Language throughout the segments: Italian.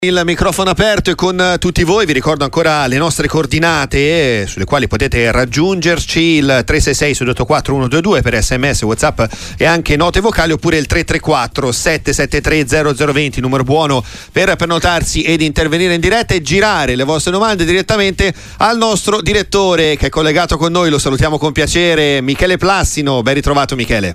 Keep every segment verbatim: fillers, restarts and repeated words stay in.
Il microfono aperto e con tutti voi vi ricordo ancora le nostre coordinate sulle quali potete raggiungerci: il tre sei sei sei otto quattro uno due due per sms, whatsapp e anche note vocali, oppure il tre tre quattro sette sette tre zero zero due zero, numero buono per prenotarsi ed intervenire in diretta e girare le vostre domande direttamente al nostro direttore che è collegato con noi. Lo salutiamo con piacere, Michele Plassino. Ben ritrovato, Michele.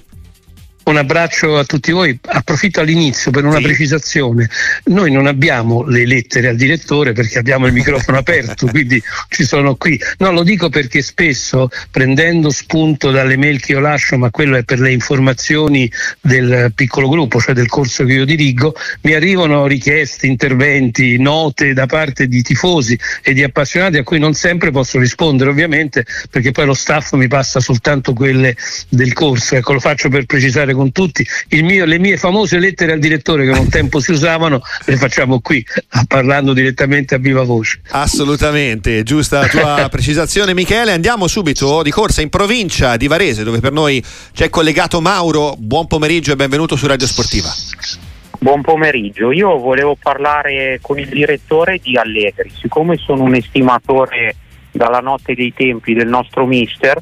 Un abbraccio a tutti voi. Approfitto all'inizio per una sì. precisazione: noi non abbiamo le lettere al direttore perché abbiamo il microfono aperto, quindi ci sono qui. No, lo dico perché spesso, prendendo spunto dalle mail che io lascio, ma quello è per le informazioni del piccolo gruppo, cioè del corso che io dirigo, mi arrivano richieste, interventi, note da parte di tifosi e di appassionati a cui non sempre posso rispondere, ovviamente, perché poi lo staff mi passa soltanto quelle del corso. Ecco, lo faccio per precisare con tutti. Il mio, le mie famose lettere al direttore, che un tempo si usavano, le facciamo qui, parlando direttamente a viva voce. Assolutamente, giusta la tua precisazione, Michele. Andiamo subito di corsa in provincia di Varese, dove per noi c'è collegato Mauro. Buon pomeriggio e benvenuto su Radio Sportiva. Buon pomeriggio. Io volevo parlare con il direttore di Allegri, siccome sono un estimatore dalla notte dei tempi del nostro mister,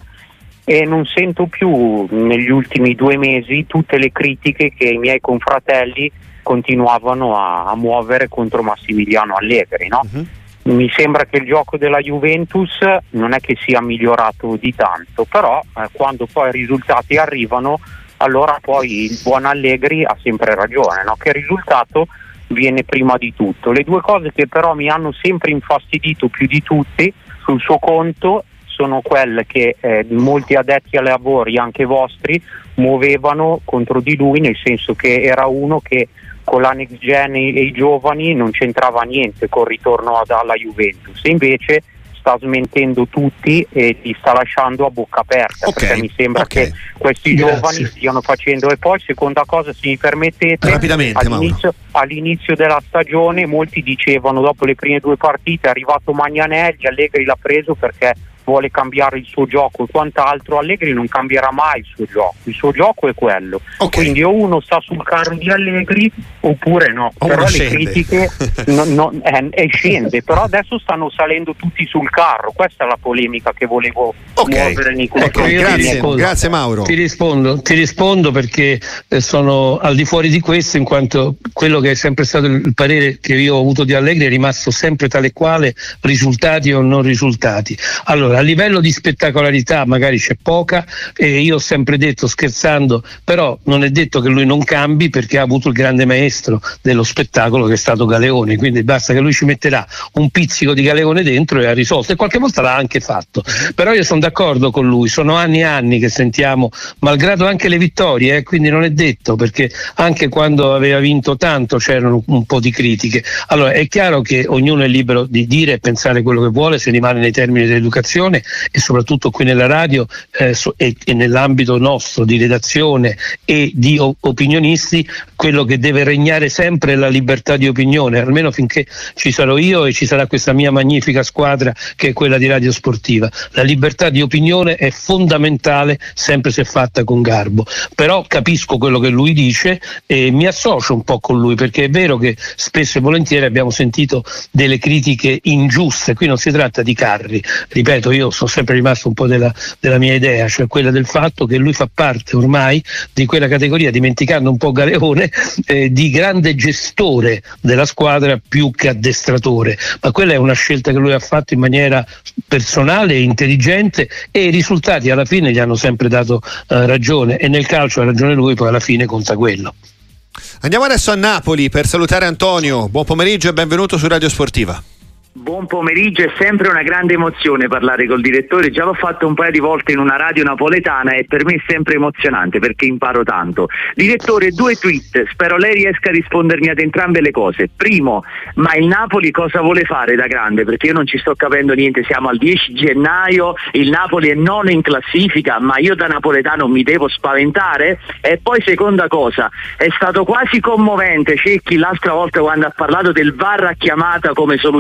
e non sento più negli ultimi due mesi tutte le critiche che i miei confratelli continuavano a, a muovere contro Massimiliano Allegri, no? Uh-huh. Mi sembra che il gioco della Juventus non è che sia migliorato di tanto, però eh, quando poi i risultati arrivano, allora poi il buon Allegri ha sempre ragione, no? Che il risultato viene prima di tutto. Le due cose che però mi hanno sempre infastidito più di tutti sul suo conto sono quelle che eh, molti addetti ai lavori, anche vostri, muovevano contro di lui, nel senso che era uno che con la next gen e i giovani non c'entrava niente col ritorno alla Juventus, e invece sta smentendo tutti e li sta lasciando a bocca aperta, okay, perché mi sembra okay. che questi Grazie. giovani stiano facendo. E poi, seconda cosa, se mi permettete, rapidamente, all'inizio, all'inizio della stagione molti dicevano, dopo le prime due partite, è arrivato Magnanelli, Allegri l'ha preso perché vuole cambiare il suo gioco e quant'altro. Allegri non cambierà mai il suo gioco, il suo gioco è quello, okay. Quindi o uno sta sul carro di Allegri oppure no, o però le scende. critiche no, no, eh, eh, scende, però adesso stanno salendo tutti sul carro. Questa è la polemica che volevo okay. muovere nei confronti. Okay, grazie, grazie Mauro. Ti rispondo, ti rispondo perché eh, sono al di fuori di questo, in quanto quello che è sempre stato il parere che io ho avuto di Allegri è rimasto sempre tale quale, risultati o non risultati. Allora, a livello di spettacolarità magari c'è poca, e io ho sempre detto, scherzando, però non è detto che lui non cambi, perché ha avuto il grande maestro dello spettacolo che è stato Galeone, quindi basta che lui ci metterà un pizzico di Galeone dentro e ha risolto, e qualche volta l'ha anche fatto. Però io sono d'accordo con lui, sono anni e anni che sentiamo, malgrado anche le vittorie, eh, quindi non è detto, perché anche quando aveva vinto tanto c'erano un po' di critiche. Allora è chiaro che ognuno è libero di dire e pensare quello che vuole, se rimane nei termini dell'educazione, e soprattutto qui nella radio eh, so, e, e nell'ambito nostro di redazione e di o, opinionisti, quello che deve regnare sempre è la libertà di opinione, almeno finché ci sarò io e ci sarà questa mia magnifica squadra che è quella di Radio Sportiva. La libertà di opinione è fondamentale, sempre se fatta con garbo. Però capisco quello che lui dice e mi associo un po' con lui, perché è vero che spesso e volentieri abbiamo sentito delle critiche ingiuste. Qui non si tratta di carri, ripeto, io sono sempre rimasto un po' della, della mia idea, cioè quella del fatto che lui fa parte ormai di quella categoria, dimenticando un po' Galeone, eh, di grande gestore della squadra più che addestratore, ma quella è una scelta che lui ha fatto in maniera personale e intelligente, e i risultati alla fine gli hanno sempre dato eh, ragione, e nel calcio ha ragione lui, poi alla fine conta quello. Andiamo adesso a Napoli per salutare Antonio. Buon pomeriggio e benvenuto su Radio Sportiva. Buon pomeriggio, è sempre una grande emozione parlare col direttore, già l'ho fatto un paio di volte in una radio napoletana e per me è sempre emozionante perché imparo tanto. Direttore, due tweet, spero lei riesca a rispondermi ad entrambe le cose. Primo, ma il Napoli cosa vuole fare da grande? Perché io non ci sto capendo niente, siamo al dieci gennaio, il Napoli è nono in classifica, ma io da napoletano mi devo spaventare? E poi seconda cosa, è stato quasi commovente Cecchi l'altra volta quando ha parlato del V A R a chiamata come soluzione.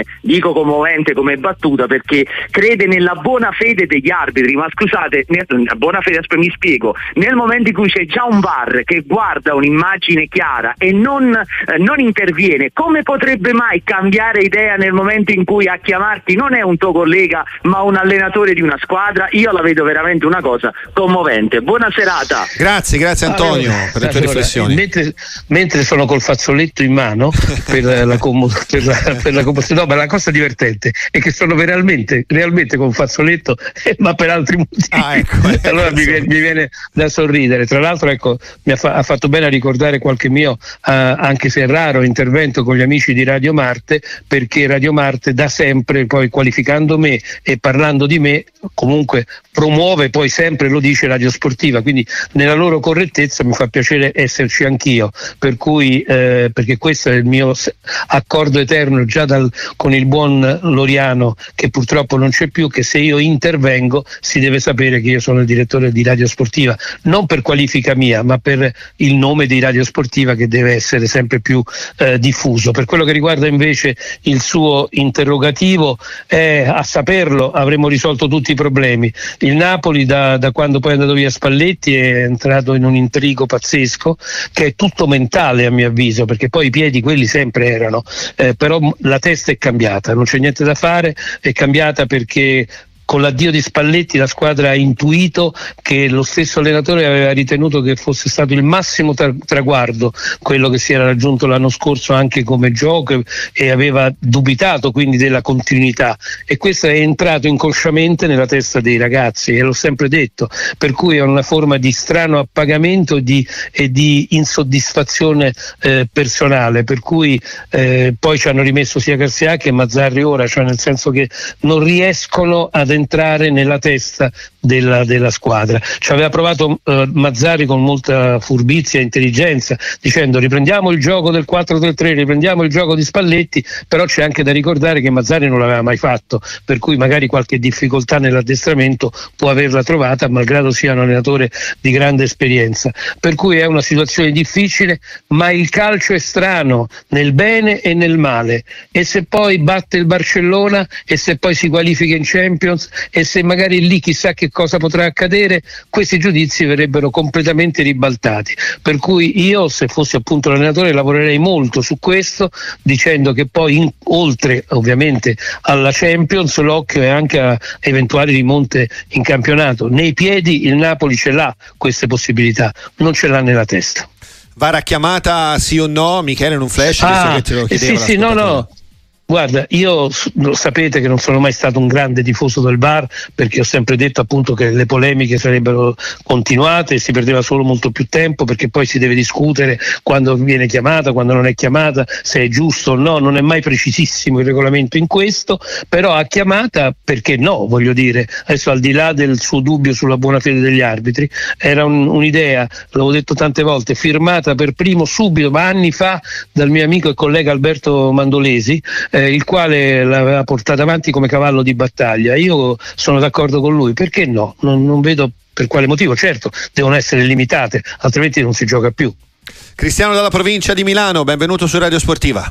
commovente, dico commovente come battuta perché crede nella buona fede degli arbitri, ma scusate, nella buona fede, mi spiego, nel momento in cui c'è già un V A R che guarda un'immagine chiara e non, eh, non interviene, come potrebbe mai cambiare idea nel momento in cui a chiamarti non è un tuo collega ma un allenatore di una squadra? Io la vedo veramente una cosa commovente. Buona serata. Grazie, grazie Antonio allora, per le tue allora, riflessioni. Mentre, mentre sono col fazzoletto in mano per la, comod- per la, per la comod- no, ma la cosa divertente è che sono realmente, realmente con fazzoletto, eh, ma per altri motivi. Ah, ecco, ecco, allora mi viene, mi viene da sorridere. Tra l'altro, ecco, mi ha, fa- ha fatto bene a ricordare qualche mio, uh, anche se è raro, intervento con gli amici di Radio Marte, perché Radio Marte da sempre, poi qualificando me e parlando di me, comunque promuove poi sempre, lo dice, Radio Sportiva, quindi nella loro correttezza mi fa piacere esserci anch'io, per cui eh, perché questo è il mio accordo eterno già dal, con il buon Loriano, che purtroppo non c'è più, che se io intervengo si deve sapere che io sono il direttore di Radio Sportiva, non per qualifica mia ma per il nome di Radio Sportiva che deve essere sempre più eh, diffuso. Per quello che riguarda invece il suo interrogativo, eh, a saperlo avremmo risolto tutti i problemi. Il Napoli da, da quando poi è andato via Spalletti è entrato in un intrigo pazzesco che è tutto mentale a mio avviso, perché poi i piedi quelli sempre erano, eh, però la testa è cambiata, non c'è niente da fare, è cambiata perché con l'addio di Spalletti la squadra ha intuito che lo stesso allenatore aveva ritenuto che fosse stato il massimo tra- traguardo quello che si era raggiunto l'anno scorso anche come gioco, e aveva dubitato quindi della continuità, e questo è entrato inconsciamente nella testa dei ragazzi, e l'ho sempre detto, per cui è una forma di strano appagamento di, e di insoddisfazione eh, personale, per cui eh, poi ci hanno rimesso sia Garcia che Mazzarri ora, cioè nel senso che non riescono ad entrare nella testa della, della squadra. Ci aveva provato eh, Mazzarri con molta furbizia e intelligenza, dicendo riprendiamo il gioco del quattro tre tre, riprendiamo il gioco di Spalletti, però c'è anche da ricordare che Mazzarri non l'aveva mai fatto, per cui magari qualche difficoltà nell'addestramento può averla trovata, malgrado sia un allenatore di grande esperienza, per cui è una situazione difficile, ma il calcio è strano nel bene e nel male, e se poi batte il Barcellona e se poi si qualifica in Champions e se magari lì chissà che cosa potrà accadere, questi giudizi verrebbero completamente ribaltati, per cui io, se fossi appunto l'allenatore, lavorerei molto su questo, dicendo che poi in, oltre ovviamente alla Champions, l'occhio è anche a eventuali rimonte in campionato. Nei piedi il Napoli ce l'ha queste possibilità, non ce l'ha nella testa. V A R chiamata sì o no? Michele, in un flash, ah, che te lo chiedeva, sì sì no no Guarda, io lo sapete che non sono mai stato un grande tifoso del V A R, perché ho sempre detto appunto che le polemiche sarebbero continuate e si perdeva solo molto più tempo, perché poi si deve discutere quando viene chiamata, quando non è chiamata, se è giusto o no, non è mai precisissimo il regolamento in questo, però a chiamata perché no, voglio dire, adesso al di là del suo dubbio sulla buona fede degli arbitri, era un, un'idea, l'avevo detto tante volte, firmata per primo subito, ma anni fa, dal mio amico e collega Alberto Mandolesi, eh, il quale l'aveva portata avanti come cavallo di battaglia. Io sono d'accordo con lui, perché no? Non, non vedo per quale motivo. Certo, devono essere limitate, altrimenti non si gioca più. Cristiano dalla provincia di Milano, benvenuto su Radio Sportiva.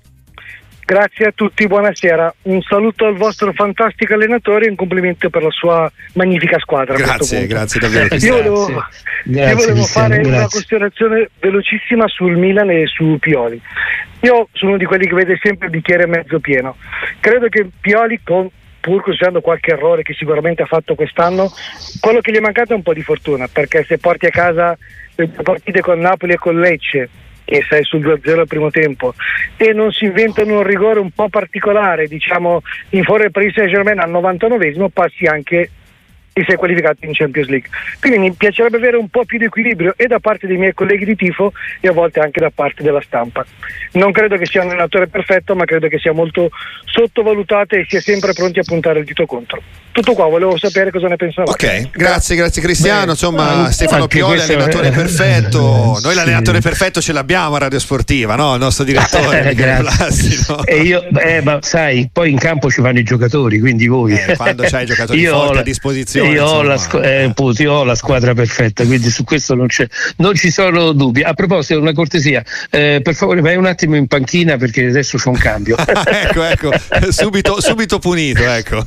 Grazie a tutti, buonasera. Un saluto al vostro fantastico allenatore e un complimento per la sua magnifica squadra. Grazie, grazie davvero. Io volevo, grazie, io volevo fare grazie. una considerazione velocissima sul Milan e su Pioli. Io sono uno di quelli che vede sempre il bicchiere mezzo pieno. Credo che Pioli, con, pur considerando qualche errore che sicuramente ha fatto quest'anno, quello che gli è mancato è un po' di fortuna, perché se porti a casa le due partite con Napoli e con Lecce, e sei sul due a zero al primo tempo, e non si inventano un rigore un po' particolare, diciamo in favore del Paris Saint-Germain al novantanovesimo, passi anche e sei qualificato in Champions League. Quindi mi piacerebbe avere un po' più di equilibrio e da parte dei miei colleghi di tifo e a volte anche da parte della stampa. Non credo che sia un allenatore perfetto, ma credo che sia molto sottovalutato e sia sempre pronti a puntare il dito contro. Tutto qua, volevo sapere cosa ne pensavate. Ok, grazie, grazie Cristiano. Beh, insomma, Stefano Pioli, allenatore è... perfetto. Noi sì. l'allenatore perfetto ce l'abbiamo a Radio Sportiva, no? Il nostro direttore Blasi, no? E io, eh, ma sai, poi in campo ci vanno i giocatori, quindi voi. Eh, quando c'hai i giocatori io forti la... a disposizione. io, ho la, eh, Puti, io ho la squadra perfetta, quindi su questo non, c'è, non ci sono dubbi. A proposito, una cortesia, eh, per favore vai un attimo in panchina perché adesso c'è un cambio. ecco, ecco, subito, subito punito, ecco.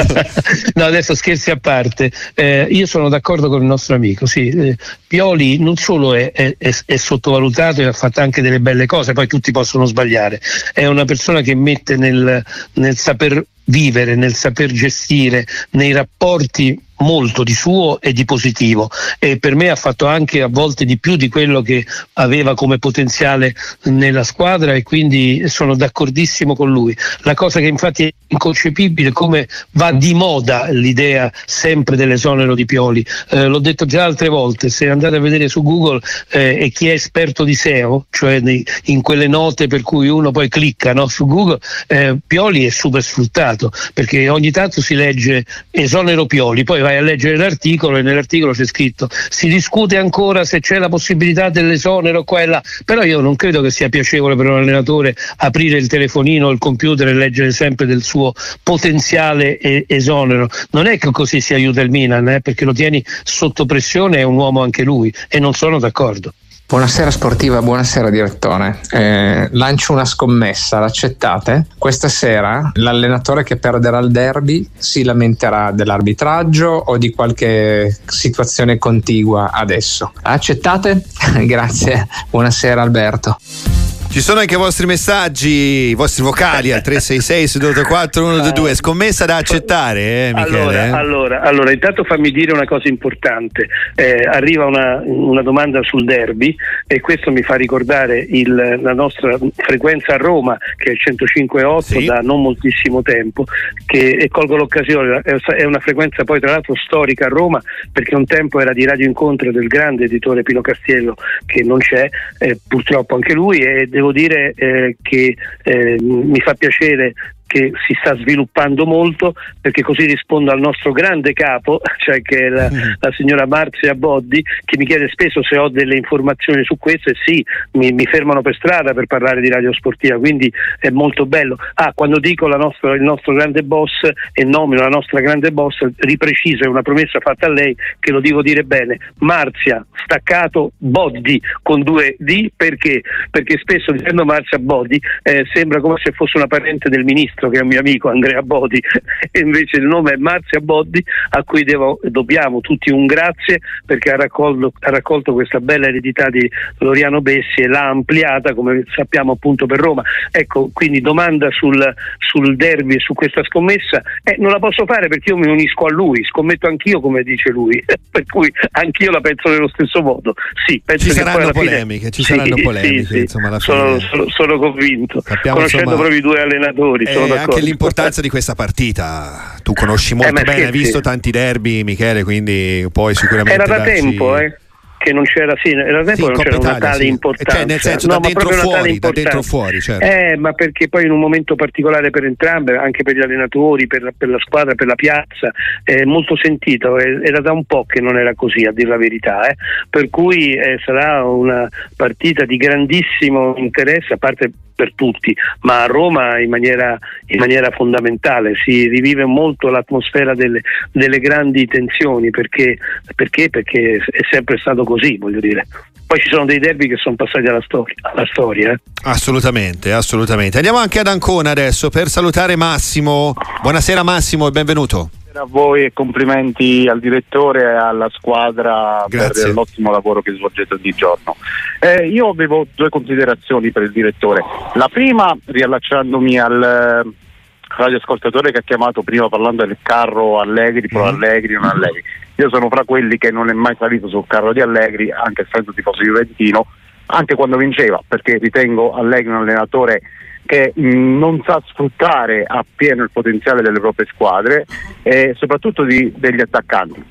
No, adesso scherzi a parte, eh, io sono d'accordo con il nostro amico, sì, eh, Pioli non solo è, è, è sottovalutato e ha fatto anche delle belle cose, poi tutti possono sbagliare, è una persona che mette nel, nel saper vivere, nel saper gestire, nei rapporti molto di suo e di positivo, e per me ha fatto anche a volte di più di quello che aveva come potenziale nella squadra, e quindi sono d'accordissimo con lui. La cosa che infatti è inconcepibile come va di moda l'idea sempre dell'esonero di Pioli, eh, l'ho detto già altre volte, se andate a vedere su Google eh, e chi è esperto di S E O, cioè nei, in quelle note per cui uno poi clicca, no, su Google, eh, Pioli è super sfruttato, perché ogni tanto si legge esonero Pioli, poi vai a leggere l'articolo e nell'articolo c'è scritto si discute ancora se c'è la possibilità dell'esonero qua e là, però io non credo che sia piacevole per un allenatore aprire il telefonino o il computer e leggere sempre del suo potenziale esonero. Non è che così si aiuta il Milan, eh, perché lo tieni sotto pressione, è un uomo anche lui, e non sono d'accordo. Buonasera Sportiva, buonasera direttore. Eh, lancio una scommessa, l'accettate? Questa sera l'allenatore che perderà il derby si lamenterà dell'arbitraggio o di qualche situazione contigua adesso. Accettate? Grazie, buonasera Alberto. Ci sono anche i vostri messaggi, i vostri vocali al tre sei sei sei due quattro uno due due. Scommessa da accettare, eh, Michele? Allora, eh? allora, allora, intanto fammi dire una cosa importante. Eh, arriva una, una domanda sul derby, e questo mi fa ricordare il, la nostra frequenza a Roma, che è il centocinque virgola otto, sì, da non moltissimo tempo, che, e colgo l'occasione, è, è una frequenza poi tra l'altro storica a Roma, perché un tempo era di Radio Incontro del grande editore Pino Castiello, che non c'è, eh, purtroppo anche lui, e devo dire eh, che eh, mi fa piacere che si sta sviluppando molto, perché così rispondo al nostro grande capo, cioè che è la, la signora Marzia Boddi, che mi chiede spesso se ho delle informazioni su questo, e sì, mi, mi fermano per strada per parlare di Radio Sportiva, quindi è molto bello. Ah, quando dico la nostra, il nostro grande boss e nomino la nostra grande boss, ripreciso, è una promessa fatta a lei che lo devo dire bene, Marzia staccato Boddi con due D, perché? Perché spesso dicendo Marzia Boddi eh, sembra come se fosse una parente del ministro, che è un mio amico Andrea Bodi, e invece il nome è Marzia Boddi, a cui devo, dobbiamo tutti un grazie, perché ha raccolto, ha raccolto questa bella eredità di Loriano Bessi e l'ha ampliata, come sappiamo, appunto per Roma. Ecco, quindi domanda sul, sul derby e su questa scommessa, eh, non la posso fare perché io mi unisco a lui, scommetto anch'io come dice lui, per cui anch'io la penso nello stesso modo. Sì, penso ci che saranno poi alla polemiche, fine... ci saranno sì, polemiche, sì, insomma, alla sono, fine. sono, sono convinto, Sappiamo, conoscendo insomma, proprio i due allenatori, sono e d'accordo. anche l'importanza di questa partita tu conosci molto eh, bene, hai scherzi. visto tanti derby, Michele, quindi puoi sicuramente era da darci... tempo eh che non c'era, sì, era da tempo sì, che non c'era Italia, una tale sì. importanza, cioè nel senso, no, da ma dentro proprio una tale fuori, da dentro importanza. fuori, certo. Eh, ma perché poi in un momento particolare per entrambe, anche per gli allenatori, per la, per la squadra, per la piazza, è molto sentito, era da un po' che non era così, a dire la verità, eh. Per cui eh, sarà una partita di grandissimo interesse, a parte per tutti, ma a Roma in maniera, in maniera fondamentale. Si rivive molto l'atmosfera delle, delle grandi tensioni, perché, perché perché è sempre stato così, voglio dire. Poi ci sono dei derby che sono passati alla storia, alla storia eh. Assolutamente, assolutamente. Andiamo anche ad Ancona adesso per salutare Massimo. Buonasera Massimo e benvenuto. A voi e complimenti al direttore e alla squadra. Grazie. Per l'ottimo lavoro che svolgete ogni giorno. Eh, io avevo due considerazioni per il direttore. La prima, riallacciandomi al eh, radioascoltatore che ha chiamato prima parlando del carro Allegri, pro Allegri, non Allegri. Io sono fra quelli che non è mai salito sul carro di Allegri, anche essendo tifoso juventino, anche quando vinceva, perché ritengo Allegri un allenatore che mh, non sa sfruttare appieno il potenziale delle proprie squadre e soprattutto di, degli attaccanti.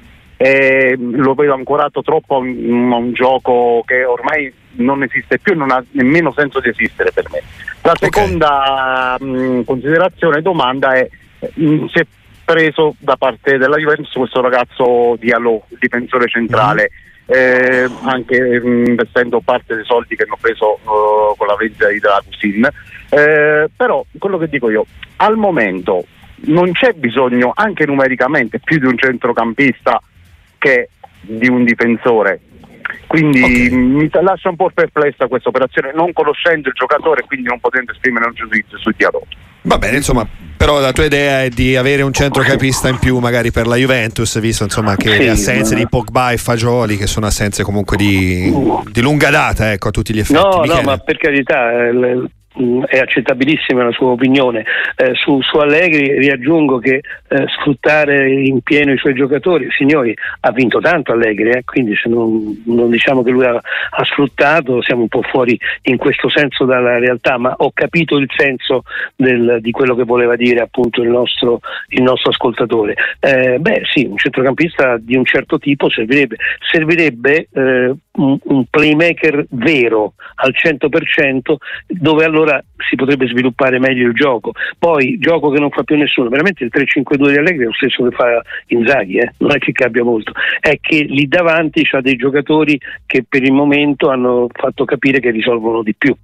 E, mh, lo vedo ancorato troppo a un, a un gioco che ormai non esiste più e non ha nemmeno senso di esistere per me. La seconda okay. mh, considerazione e domanda è mh, si è preso da parte della Juventus questo ragazzo Diallo, il difensore centrale, mm-hmm. Eh, anche mh, investendo parte dei soldi che hanno preso uh, con la vendita di Dragusin, eh, però quello che dico io, al momento non c'è bisogno anche numericamente più di un centrocampista che di un difensore. Quindi okay. mi lascia un po' perplessa questa operazione, non conoscendo il giocatore e quindi non potendo esprimere un giudizio su di ad oggi. Va bene, insomma, però la tua idea è di avere un centrocampista in più magari per la Juventus, visto insomma che sì, le assenze ma... di Pogba e Fagioli, che sono assenze comunque di, di lunga data, ecco, a tutti gli effetti. No, Michele. no, ma per carità, eh, le... è accettabilissima la sua opinione. Eh, su, su Allegri riaggiungo che eh, sfruttare in pieno i suoi giocatori, signori, ha vinto tanto Allegri, eh, quindi se non, non diciamo che lui ha, ha sfruttato, siamo un po' fuori in questo senso dalla realtà, ma ho capito il senso del, di quello che voleva dire appunto il nostro, il nostro ascoltatore. Eh, beh sì, un centrocampista di un certo tipo servirebbe, servirebbe eh, un, un playmaker vero al cento per cento, dove allora si potrebbe sviluppare meglio il gioco. Poi gioco che non fa più nessuno, veramente il tre cinque due di Allegri è lo stesso che fa Inzaghi, eh? non è che cambia molto, è che lì davanti c'ha dei giocatori che per il momento hanno fatto capire che risolvono di più.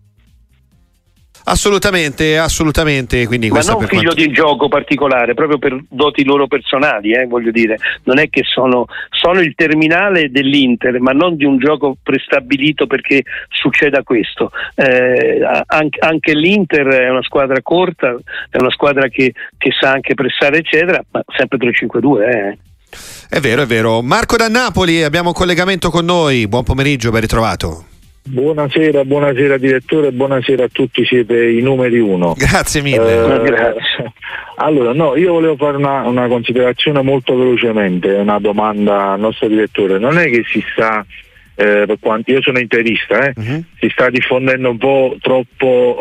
Assolutamente, assolutamente. Quindi ma non figlio quanto... di gioco particolare, proprio per doti loro personali, eh, voglio dire, non è che sono, sono il terminale dell'Inter, ma non di un gioco prestabilito perché succeda questo. Eh, anche, anche l'Inter è una squadra corta, è una squadra che, che sa anche pressare eccetera, ma sempre tre cinque due. Eh. È vero, è vero. Marco da Napoli, abbiamo un collegamento con noi. Buon pomeriggio, ben ritrovato. Buonasera, buonasera direttore, buonasera a tutti, siete i numeri uno. Grazie mille. Eh, Grazie. Allora, no, io volevo fare una, una considerazione molto velocemente, una domanda al nostro direttore. Non è che si sta, eh, per quanto io sono interista, eh, uh-huh. si sta diffondendo un po' troppo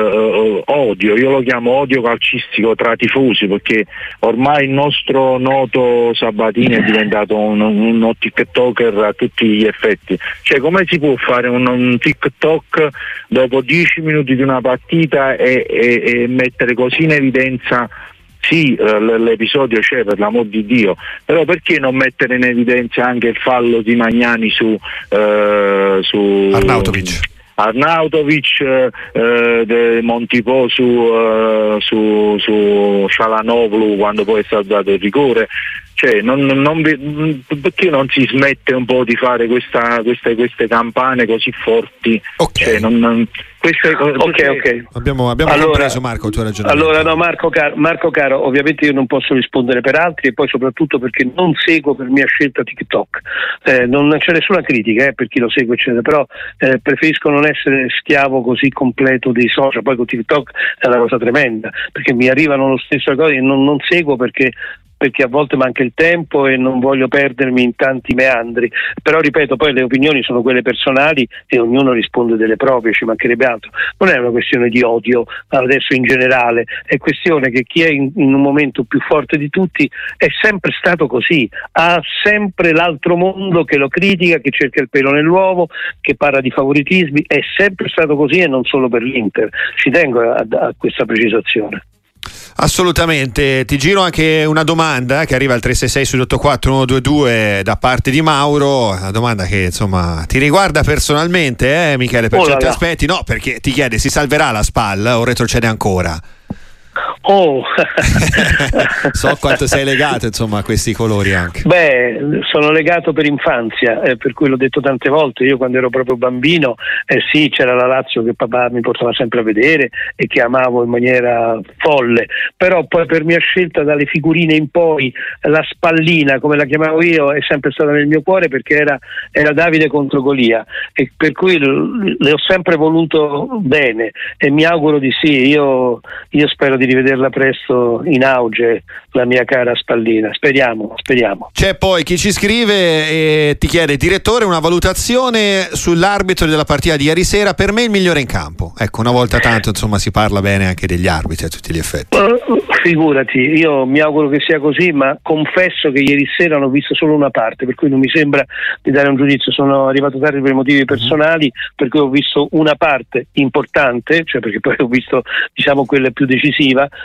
eh, odio, io lo chiamo odio calcistico tra tifosi, perché ormai il nostro noto Sabatini è diventato un, uno tiktoker a tutti gli effetti. Cioè, come si può fare un, un TikTok dopo dieci minuti di una partita e, e, e mettere così in evidenza? Sì, l'episodio c'è, per l'amor di Dio, però perché non mettere in evidenza anche il fallo di Magnani su, eh, su Arnautovic Arnautovic, eh, de Montipò su, eh, su, su Çalhanoğlu quando poi è stato dato il rigore? Cioè, non, non, perché non si smette un po' di fare questa, queste, queste campane così forti? Okay. Cioè, non, non, queste, ok, ok. Abbiamo, abbiamo allora, compreso, Marco, il tuo ragionamento. Allora, no, Marco caro, Marco caro, ovviamente io non posso rispondere per altri e poi soprattutto perché non seguo per mia scelta TikTok. Eh, non c'è nessuna critica eh, per chi lo segue, eccetera, però eh, preferisco non essere schiavo così completo dei social. Poi con TikTok è una cosa tremenda, perché mi arrivano lo stesso cose e non, non seguo perché perché a volte manca il tempo e non voglio perdermi in tanti meandri, però ripeto, poi le opinioni sono quelle personali e ognuno risponde delle proprie, ci mancherebbe altro. Non è una questione di odio adesso in generale, è questione che chi è in, in un momento più forte di tutti è sempre stato così, ha sempre l'altro mondo che lo critica, che cerca il pelo nell'uovo, che parla di favoritismi, è sempre stato così e non solo per l'Inter, ci tengo a, a questa precisazione. Assolutamente, ti giro anche una domanda che arriva al tre sei sei sei otto quattro uno due due da parte di Mauro, una domanda che insomma ti riguarda personalmente, eh Michele, per oh certi là. aspetti, no, perché ti chiede: si salverà la SPAL o retrocede ancora? Oh. So quanto sei legato insomma a questi colori anche. Beh, sono legato per infanzia, eh, per cui l'ho detto tante volte, io quando ero proprio bambino eh sì, c'era la Lazio che papà mi portava sempre a vedere e che amavo in maniera folle, però poi per mia scelta dalle figurine in poi la spallina, come la chiamavo io, è sempre stata nel mio cuore, perché era, era Davide contro Golia, e per cui le ho sempre voluto bene e mi auguro di sì. Io, io spero di rivederla presto in auge, la mia cara spallina, speriamo, speriamo. C'è poi chi ci scrive e ti chiede: direttore, una valutazione sull'arbitro della partita di ieri sera, per me il migliore in campo. Ecco, una volta tanto insomma si parla bene anche degli arbitri a tutti gli effetti. Uh, figurati, io mi auguro che sia così, ma confesso che ieri sera hanno visto solo una parte, per cui non mi sembra di dare un giudizio. Sono arrivato tardi per motivi personali, per cui ho visto una parte importante, cioè perché poi ho visto diciamo quella più decisiva,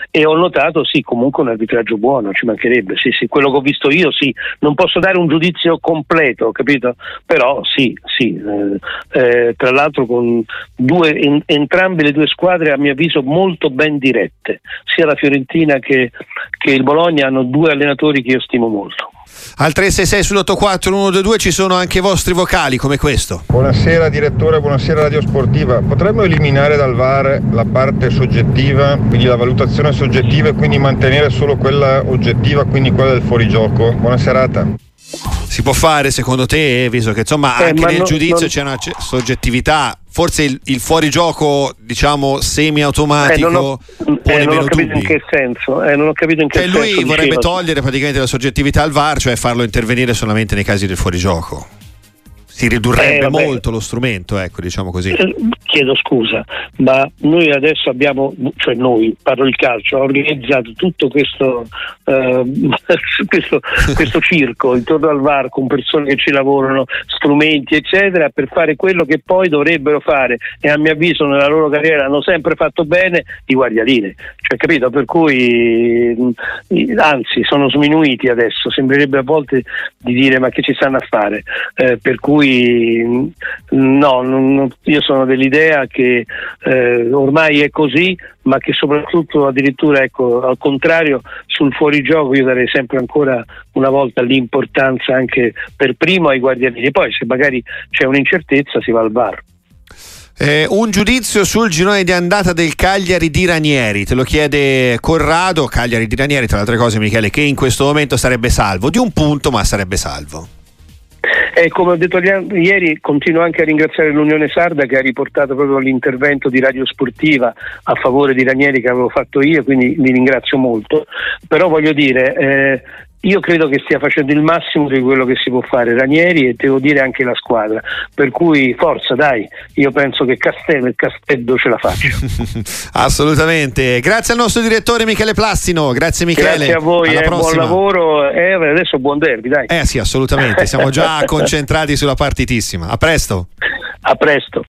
e ho notato sì comunque un arbitraggio buono, ci mancherebbe, sì sì, quello che ho visto io sì, non posso dare un giudizio completo, capito? Però sì, sì, eh, eh, tra l'altro con due, en, entrambe le due squadre a mio avviso molto ben dirette, sia la Fiorentina che, che il Bologna hanno due allenatori che io stimo molto. Al tre sei sei sull'ottoquattro uno due due ci sono anche i vostri vocali come questo. Buonasera direttore, buonasera Radio Sportiva. Potremmo eliminare dal V A R la parte soggettiva, quindi la valutazione soggettiva, e quindi mantenere solo quella oggettiva, quindi quella del fuorigioco? Buona serata. Si può fare secondo te, visto che insomma eh, anche nel no, giudizio non... c'è una c- soggettività, forse il, il fuorigioco diciamo semi-automatico eh, non ho, pone eh, non meno ho capito dubbi. in che senso, eh, non ho capito in che cioè, senso. Lui vorrebbe diceva. togliere praticamente la soggettività al V A R, cioè farlo intervenire solamente nei casi del fuorigioco. Si ridurrebbe eh, molto lo strumento, ecco, diciamo così. Eh, chiedo scusa, ma noi adesso abbiamo, cioè noi, parlo il calcio, ha organizzato tutto questo, eh, questo, questo circo intorno al V A R con persone che ci lavorano, strumenti eccetera, per fare quello che poi dovrebbero fare, e a mio avviso nella loro carriera hanno sempre fatto bene, i guardialine, cioè capito? Per cui anzi sono sminuiti adesso, sembrerebbe a volte di dire ma che ci stanno a fare, eh, per cui no, non, io sono dell'idea che eh, ormai è così, ma che soprattutto addirittura ecco al contrario sul fuorigioco io darei sempre ancora una volta l'importanza anche per primo ai guardiani, poi se magari c'è un'incertezza si va al V A R. Eh, un giudizio sul girone di andata del Cagliari di Ranieri, te lo chiede Corrado. Cagliari di Ranieri, tra le altre cose, Michele, che in questo momento sarebbe salvo di un punto, ma sarebbe salvo. E come ho detto ieri, continuo anche a ringraziare l'Unione Sarda che ha riportato proprio l'intervento di Radio Sportiva a favore di Ranieri che avevo fatto io, quindi li ringrazio molto. Però voglio dire, eh, io credo che stia facendo il massimo di quello che si può fare Ranieri, e devo dire anche la squadra, per cui forza dai, io penso che Castello e Castello ce la faccia. Assolutamente, grazie al nostro direttore Michele Plastino, grazie Michele. Grazie a voi, eh, buon lavoro e eh, adesso buon derby dai. Eh sì, assolutamente, siamo già concentrati sulla partitissima, a presto. A presto.